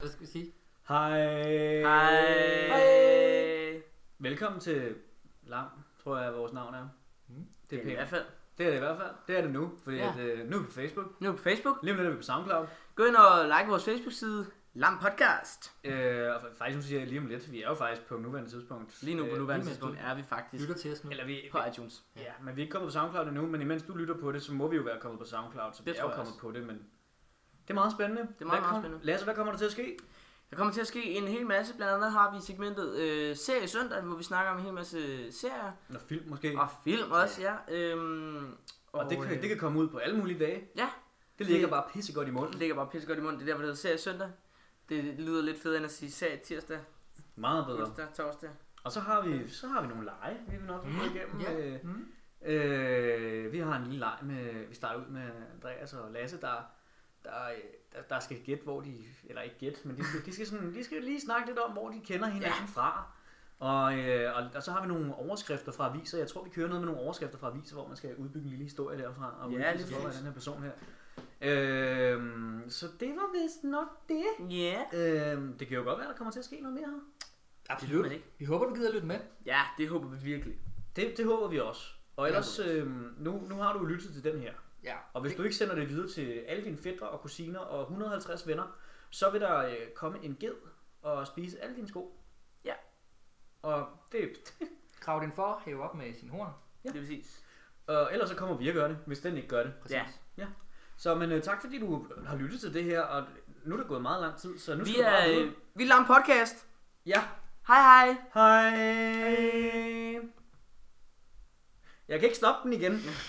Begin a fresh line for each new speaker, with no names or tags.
Hvad skal vi sige?
Hej.
Hej.
Velkommen til Lam, tror jeg vores navn er.
Det er det i hvert fald.
Det er det i hvert fald. Det er det nu, fordi
Ja.
nu er vi på Facebook.
Nu er vi på Facebook.
Lige om lidt er vi på SoundCloud.
Gå ind og like vores Facebook-side. Lam Podcast.
Og faktisk nu siger jeg lige om lidt, vi er jo faktisk på nuværende tidspunkt.
Lige nu på nuværende
lige
tidspunkt er vi faktisk
Lytter til os nu.
Eller vi,
på iTunes.
ja, men vi er ikke kommet på SoundCloud endnu, men imens du lytter på det, så må vi jo være kommet på SoundCloud, så
Det
vi er
tror
jo
jeg
kommet
også.
på det, men det er meget spændende.
Det er meget spændende.
Lasse, hvad kommer der til at ske?
Der kommer til at ske en hel masse. Blandt andet har vi segmentet serie søndag, hvor vi snakker om en hel masse serier.
Nå, film måske.
Og film også, ja.
Og det kan komme ud på alle mulige dage.
Ja.
Det ligger bare pissegodt i munden.
Det ligger bare pissegodt i munden. Det er derfor, det hedder serie søndag. Det lyder lidt federe end at sige serie tirsdag,
Meget bedre.
onsdag, torsdag.
Og så har vi nogle lege, vi vil nok gå igennem.
Ja.
Vi har en lille leg med, vi starter ud med Andreas og Lasse, der skal gætte, hvor de, eller ikke gætte, men de skal lige snakke lidt om, hvor de kender hinanden fra. Og så har vi nogle overskrifter fra aviser. Jeg tror, vi kører noget med nogle overskrifter fra aviser, hvor man skal udbygge en lille historie derfra. Og
Ja,
udvise
lige
for,
præcis.
den her person her. Så det var vist nok det.
Ja.
Det kan jo godt være, der kommer til at ske noget mere her.
Absolut.
Det ved man ikke.
Vi håber, du gider lytte med.
Ja, det håber vi virkelig.
Det håber vi også. Og ellers, nu har du lyttet til den her.
Ja.
Og hvis du ikke sender det videre til alle dine fætre og kusiner og 150 venner, så vil der komme en ged og spise alle dine sko.
Ja.
Og det...
Grav din for, hæve op med sin horn.
Ja. Det er præcis.
Og ellers så kommer vi at gøre det, hvis den ikke gør det.
Præcis.
Ja.
Så men tak fordi du har lyttet til det her, og nu er det gået meget lang tid, så nu
Vi
skal du bare videre.
vi laver en podcast.
Ja.
Hej hej.
Hej. Jeg kan ikke stoppe den igen.